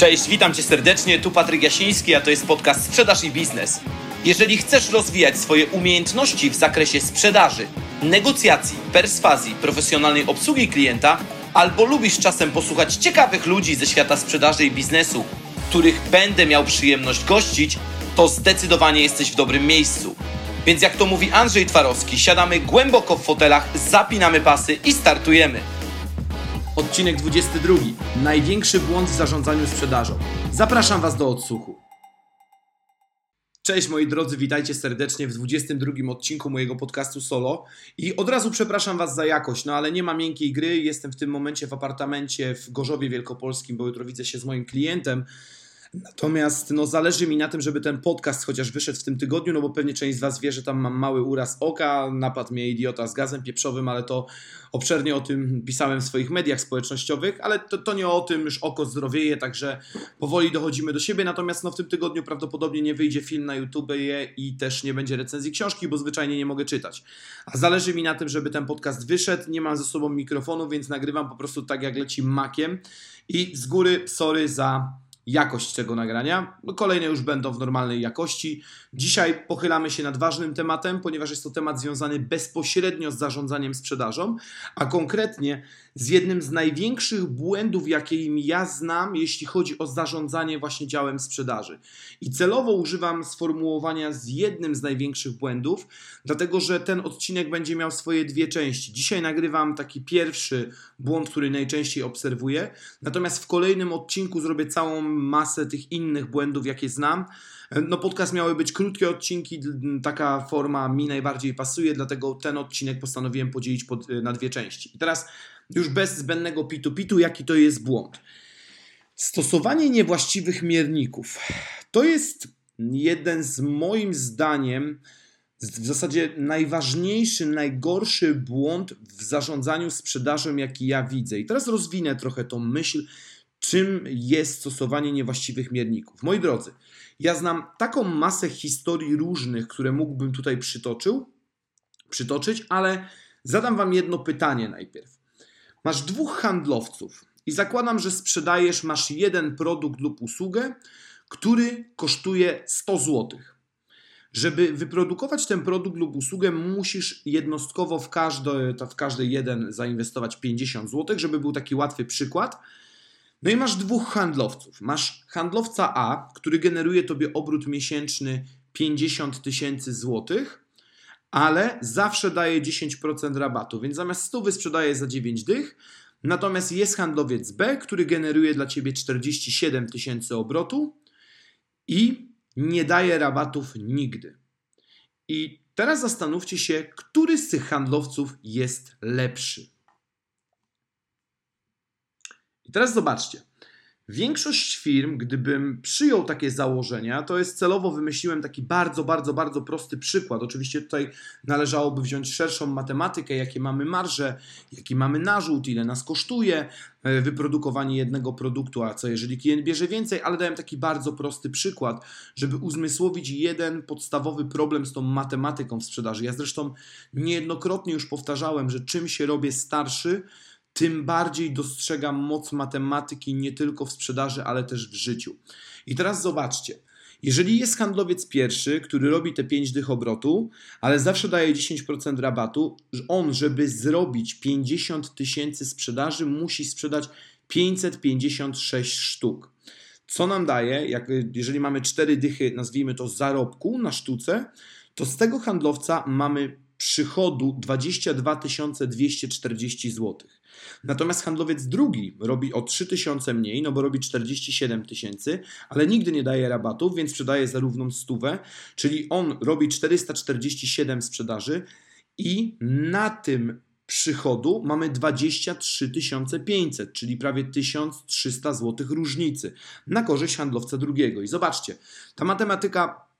Cześć, witam Cię serdecznie, tu Patryk Jasiński, a to jest podcast Sprzedaż i Biznes. Jeżeli chcesz rozwijać swoje umiejętności w zakresie sprzedaży, negocjacji, perswazji, profesjonalnej obsługi klienta, albo lubisz czasem posłuchać ciekawych ludzi ze świata sprzedaży i biznesu, których będę miał przyjemność gościć, to zdecydowanie jesteś w dobrym miejscu. Więc jak to mówi Andrzej Twarowski, siadamy głęboko w fotelach, zapinamy pasy i startujemy. Odcinek 22. Największy błąd w zarządzaniu sprzedażą. Zapraszam Was do odsłuchu. Cześć moi drodzy, witajcie serdecznie w 22 odcinku mojego podcastu solo. I od razu przepraszam Was za jakość, ale nie ma miękkiej gry. Jestem w tym momencie w apartamencie w Gorzowie Wielkopolskim, bo jutro widzę się z moim klientem. Natomiast zależy mi na tym, żeby ten podcast chociaż wyszedł w tym tygodniu, bo pewnie część z Was wie, że tam mam mały uraz oka, napadł mnie idiota z gazem pieprzowym, ale to obszernie o tym pisałem w swoich mediach społecznościowych, ale to nie o tym, już oko zdrowieje, także powoli dochodzimy do siebie, natomiast w tym tygodniu prawdopodobnie nie wyjdzie film na YouTube i też nie będzie recenzji książki, bo zwyczajnie nie mogę czytać. A zależy mi na tym, żeby ten podcast wyszedł, nie mam ze sobą mikrofonu, więc nagrywam po prostu tak jak leci makiem i z góry sorry za jakość tego nagrania. Kolejne już będą w normalnej jakości. Dzisiaj pochylamy się nad ważnym tematem, ponieważ jest to temat związany bezpośrednio z zarządzaniem sprzedażą, a konkretnie z jednym z największych błędów, jakie ja znam, jeśli chodzi o zarządzanie właśnie działem sprzedaży. I celowo używam sformułowania z jednym z największych błędów, dlatego że ten odcinek będzie miał swoje dwie części. Dzisiaj nagrywam taki pierwszy błąd, który najczęściej obserwuję, natomiast w kolejnym odcinku zrobię całą masę tych innych błędów, jakie znam. Podcast miały być krótkie odcinki, taka forma mi najbardziej pasuje, dlatego ten odcinek postanowiłem podzielić na dwie części. I teraz już bez zbędnego pitu-pitu, jaki to jest błąd. Stosowanie niewłaściwych mierników. To jest jeden z moim zdaniem w zasadzie najważniejszy, najgorszy błąd w zarządzaniu sprzedażą, jaki ja widzę. I teraz rozwinę trochę tą myśl, czym jest stosowanie niewłaściwych mierników. Moi drodzy, ja znam taką masę historii różnych, które mógłbym tutaj przytoczyć, ale zadam Wam jedno pytanie najpierw. Masz dwóch handlowców i zakładam, że masz jeden produkt lub usługę, który kosztuje 100 zł. Żeby wyprodukować ten produkt lub usługę, musisz jednostkowo w każdy jeden zainwestować 50 zł, żeby był taki łatwy przykład. No i masz dwóch handlowców. Masz handlowca A, który generuje Tobie obrót miesięczny 50 tysięcy złotych, ale zawsze daje 10% rabatu, więc zamiast 100 sprzedaje za 9 dych. Natomiast jest handlowiec B, który generuje dla Ciebie 47 tysięcy obrotu i nie daje rabatów nigdy. I teraz zastanówcie się, który z tych handlowców jest lepszy. I teraz zobaczcie. Większość firm, gdybym przyjął takie założenia, to jest celowo wymyśliłem taki bardzo, bardzo, bardzo prosty przykład. Oczywiście tutaj należałoby wziąć szerszą matematykę, jakie mamy marże, jaki mamy narzut, ile nas kosztuje wyprodukowanie jednego produktu, a co jeżeli klient bierze więcej, ale dałem taki bardzo prosty przykład, żeby uzmysłowić jeden podstawowy problem z tą matematyką w sprzedaży. Ja zresztą niejednokrotnie już powtarzałem, że czym się robię starszy, tym bardziej dostrzegam moc matematyki nie tylko w sprzedaży, ale też w życiu. I teraz zobaczcie, jeżeli jest handlowiec pierwszy, który robi te 5 dych obrotu, ale zawsze daje 10% rabatu, on, żeby zrobić 50 tysięcy sprzedaży, musi sprzedać 556 sztuk. Co nam daje, jeżeli mamy 4 dychy, nazwijmy to zarobku na sztuce, to z tego handlowca mamy przychodu 22 240 zł. Natomiast handlowiec drugi robi o 3 tysiące mniej, bo robi 47 tysięcy, ale nigdy nie daje rabatów, więc sprzedaje za równą stówę, czyli on robi 447 sprzedaży i na tym przychodu mamy 23 500, czyli prawie 1300 zł różnicy na korzyść handlowca drugiego. I zobaczcie, ta matematyka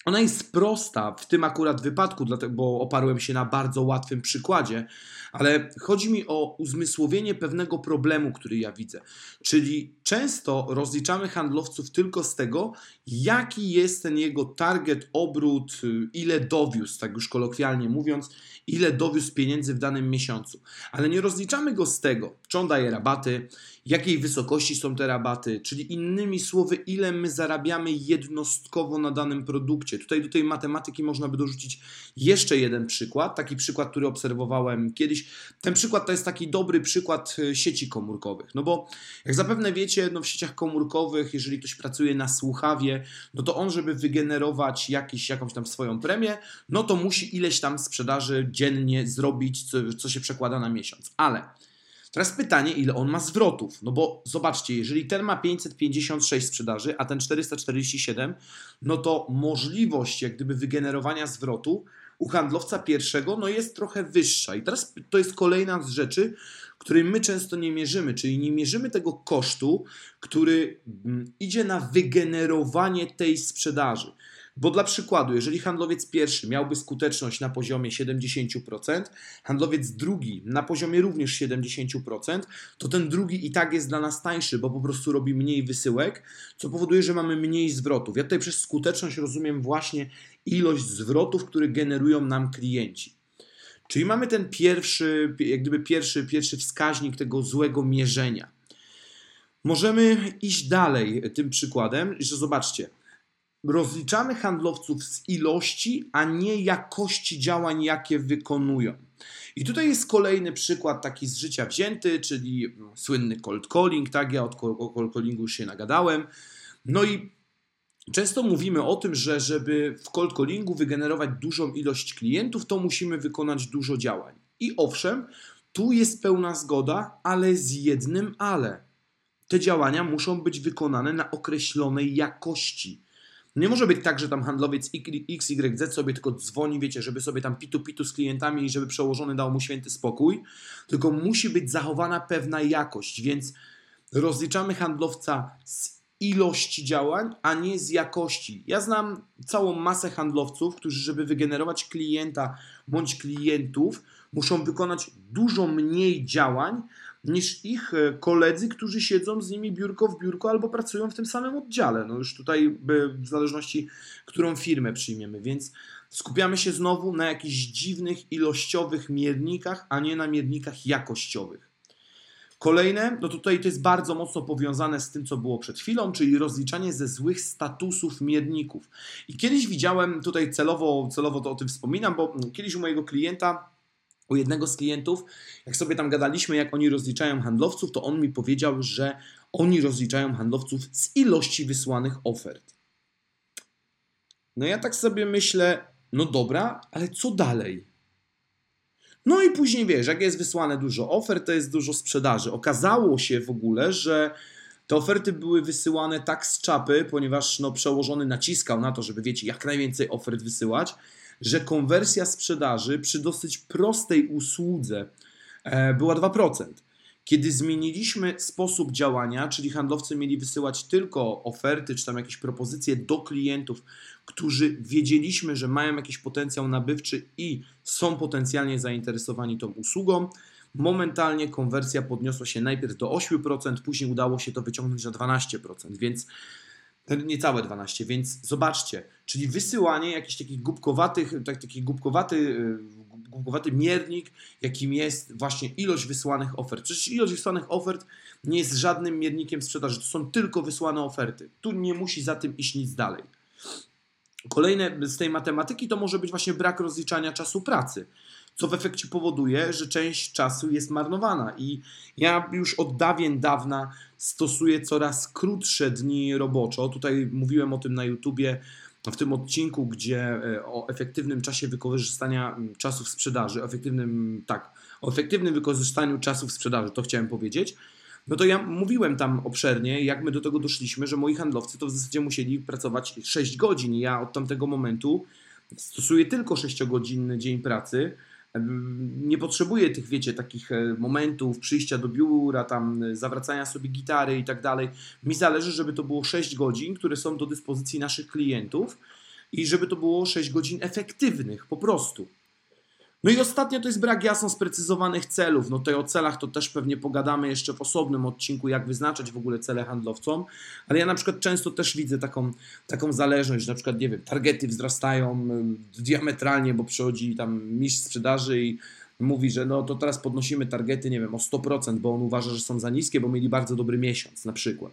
Ona jest prosta w tym akurat wypadku, dlatego, bo oparłem się na bardzo łatwym przykładzie, ale chodzi mi o uzmysłowienie pewnego problemu, który ja widzę. Czyli często rozliczamy handlowców tylko z tego, jaki jest ten jego target, obrót, ile dowiózł, tak już kolokwialnie mówiąc, ile dowiózł pieniędzy w danym miesiącu. Ale nie rozliczamy go z tego, czy on daje rabaty, jakiej wysokości są te rabaty, czyli innymi słowy, ile my zarabiamy jednostkowo na danym produkcie. Tutaj do tej matematyki można by dorzucić jeszcze jeden przykład, taki przykład, który obserwowałem kiedyś. Ten przykład to jest taki dobry przykład sieci komórkowych, no bo jak zapewne wiecie, no w sieciach komórkowych, jeżeli ktoś pracuje na słuchawie, no to on, żeby wygenerować jakąś tam swoją premię, no to musi ileś tam sprzedaży dziennie zrobić, co się przekłada na miesiąc. Ale teraz pytanie, ile on ma zwrotów? No bo zobaczcie, jeżeli ten ma 556 sprzedaży, a ten 447, no to możliwość jak gdyby wygenerowania zwrotu u handlowca pierwszego no jest trochę wyższa. I teraz to jest kolejna z rzeczy, której my często nie mierzymy, czyli nie mierzymy tego kosztu, który idzie na wygenerowanie tej sprzedaży. Bo dla przykładu, jeżeli handlowiec pierwszy miałby skuteczność na poziomie 70%, handlowiec drugi na poziomie również 70%, to ten drugi i tak jest dla nas tańszy, bo po prostu robi mniej wysyłek, co powoduje, że mamy mniej zwrotów. Ja tutaj przez skuteczność rozumiem właśnie ilość zwrotów, które generują nam klienci. Czyli mamy ten pierwszy, jak gdyby pierwszy wskaźnik tego złego mierzenia. Możemy iść dalej tym przykładem, że zobaczcie, rozliczamy handlowców z ilości, a nie jakości działań, jakie wykonują. I tutaj jest kolejny przykład taki z życia wzięty, czyli słynny cold calling, tak? Ja o cold callingu już się nagadałem. No i często mówimy o tym, że żeby w cold callingu wygenerować dużą ilość klientów, to musimy wykonać dużo działań. I owszem, tu jest pełna zgoda, ale z jednym ale. Te działania muszą być wykonane na określonej jakości. Nie może być tak, że tam handlowiec XYZ sobie tylko dzwoni, wiecie, żeby sobie tam pitu z klientami i żeby przełożony dał mu święty spokój, tylko musi być zachowana pewna jakość, więc rozliczamy handlowca z ilości działań, a nie z jakości. Ja znam całą masę handlowców, którzy żeby wygenerować klienta bądź klientów, muszą wykonać dużo mniej działań niż ich koledzy, którzy siedzą z nimi biurko w biurko albo pracują w tym samym oddziale. No już tutaj w zależności, którą firmę przyjmiemy, więc skupiamy się znowu na jakichś dziwnych ilościowych miernikach, a nie na miernikach jakościowych. Kolejne, no tutaj to jest bardzo mocno powiązane z tym, co było przed chwilą, czyli rozliczanie ze złych statusów mierników. I kiedyś widziałem, tutaj celowo to o tym wspominam, bo kiedyś u jednego z klientów, jak sobie tam gadaliśmy, jak oni rozliczają handlowców, to on mi powiedział, że oni rozliczają handlowców z ilości wysłanych ofert. No ja tak sobie myślę, no dobra, ale co dalej? No i później wiesz, jak jest wysłane dużo ofert, to jest dużo sprzedaży. Okazało się w ogóle, że te oferty były wysyłane tak z czapy, ponieważ przełożony naciskał na to, żeby wiecie, jak najwięcej ofert wysyłać, że konwersja sprzedaży przy dosyć prostej usłudze była 2%. Kiedy zmieniliśmy sposób działania, czyli handlowcy mieli wysyłać tylko oferty, czy tam jakieś propozycje do klientów, którzy wiedzieliśmy, że mają jakiś potencjał nabywczy i są potencjalnie zainteresowani tą usługą, momentalnie konwersja podniosła się najpierw do 8%, później udało się to wyciągnąć na 12%, więc niecałe 12%, więc zobaczcie, czyli wysyłanie jakichś takich głupkowaty miernik, jakim jest właśnie ilość wysłanych ofert. Przecież ilość wysłanych ofert nie jest żadnym miernikiem sprzedaży, to są tylko wysłane oferty. Tu nie musi za tym iść nic dalej. Kolejne z tej matematyki to może być właśnie brak rozliczania czasu pracy, co w efekcie powoduje, że część czasu jest marnowana i ja już od dawna stosuję coraz krótsze dni roboczo. Tutaj mówiłem o tym na YouTubie w tym odcinku, gdzie o efektywnym czasie wykorzystania czasów sprzedaży, o efektywnym wykorzystaniu czasów sprzedaży, to chciałem powiedzieć. No to ja mówiłem tam obszernie, jak my do tego doszliśmy, że moi handlowcy to w zasadzie musieli pracować 6 godzin. Ja od tamtego momentu stosuję tylko 6-godzinny dzień pracy. Nie potrzebuję tych, wiecie, takich momentów przyjścia do biura, tam zawracania sobie gitary i tak dalej. Mi zależy, żeby to było 6 godzin, które są do dyspozycji naszych klientów i żeby to było 6 godzin efektywnych po prostu. No i ostatnio to jest brak jasno sprecyzowanych celów. No tutaj o celach to też pewnie pogadamy jeszcze w osobnym odcinku, jak wyznaczać w ogóle cele handlowcom, ale ja na przykład często też widzę taką zależność, że na przykład, nie wiem, targety wzrastają diametralnie, bo przychodzi tam mistrz sprzedaży i mówi, że no to teraz podnosimy targety, nie wiem, o 100%, bo on uważa, że są za niskie, bo mieli bardzo dobry miesiąc na przykład.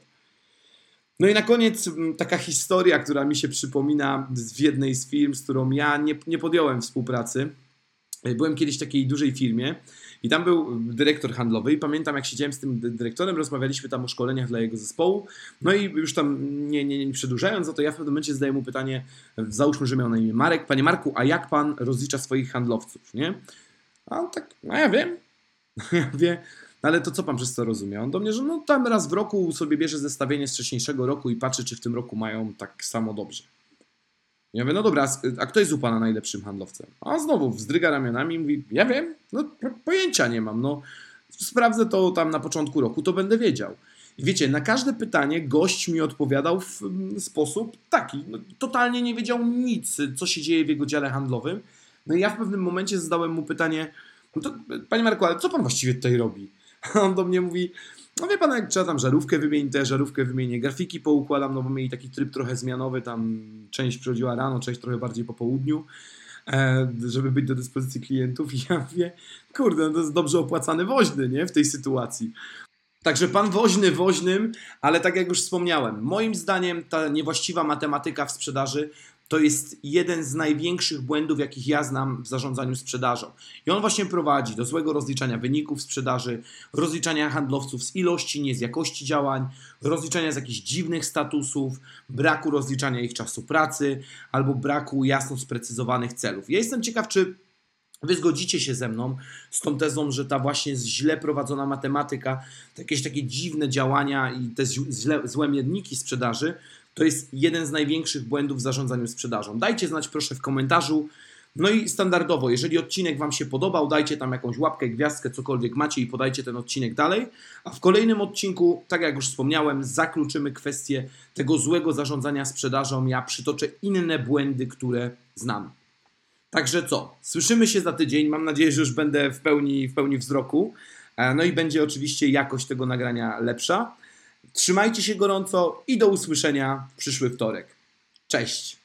No i na koniec taka historia, która mi się przypomina w jednej z firm, z którą ja nie podjąłem współpracy. Byłem kiedyś w takiej dużej firmie i tam był dyrektor handlowy i pamiętam, jak siedziałem z tym dyrektorem, rozmawialiśmy tam o szkoleniach dla jego zespołu, no i już tam nie przedłużając, no to ja w pewnym momencie zadaję mu pytanie, załóżmy, że miał na imię Marek: panie Marku, a jak pan rozlicza swoich handlowców, nie? A on tak, no ja wiem, ja wiem, ale to co pan przez to rozumie? On do mnie, że no tam raz w roku sobie bierze zestawienie z wcześniejszego roku i patrzy, czy w tym roku mają tak samo dobrze. Ja mówię, no dobra, a kto jest u pana najlepszym handlowcem? A on znowu wzdryga ramionami i mówi, ja wiem, no pojęcia nie mam, no sprawdzę to tam na początku roku, to będę wiedział. I wiecie, na każde pytanie gość mi odpowiadał w sposób taki, no, totalnie nie wiedział nic, co się dzieje w jego dziale handlowym. No i ja w pewnym momencie zadałem mu pytanie, no to panie Marku, ale co pan właściwie tutaj robi? A on do mnie mówi, no wie pan, jak trzeba tam żarówkę wymienię, grafiki poukładam, no bo mieli taki tryb trochę zmianowy, tam część przychodziła rano, część trochę bardziej po południu, żeby być do dyspozycji klientów. I ja mówię, kurde, no to jest dobrze opłacany woźny, nie, w tej sytuacji. Także pan woźny woźnym, ale tak jak już wspomniałem, moim zdaniem ta niewłaściwa matematyka w sprzedaży to jest jeden z największych błędów, jakich ja znam w zarządzaniu sprzedażą. I on właśnie prowadzi do złego rozliczania wyników sprzedaży, rozliczania handlowców z ilości, nie z jakości działań, rozliczania z jakichś dziwnych statusów, braku rozliczania ich czasu pracy albo braku jasno sprecyzowanych celów. Ja jestem ciekaw, czy wy zgodzicie się ze mną z tą tezą, że ta właśnie źle prowadzona matematyka, jakieś takie dziwne działania i te złe mierniki sprzedaży, to jest jeden z największych błędów w zarządzaniu sprzedażą. Dajcie znać proszę w komentarzu. No i standardowo, jeżeli odcinek wam się podobał, dajcie tam jakąś łapkę, gwiazdkę, cokolwiek macie i podajcie ten odcinek dalej. A w kolejnym odcinku, tak jak już wspomniałem, zakluczymy kwestię tego złego zarządzania sprzedażą. Ja przytoczę inne błędy, które znam. Także co? Słyszymy się za tydzień. Mam nadzieję, że już będę w pełni wzroku. No i będzie oczywiście jakość tego nagrania lepsza. Trzymajcie się gorąco i do usłyszenia w przyszły wtorek. Cześć!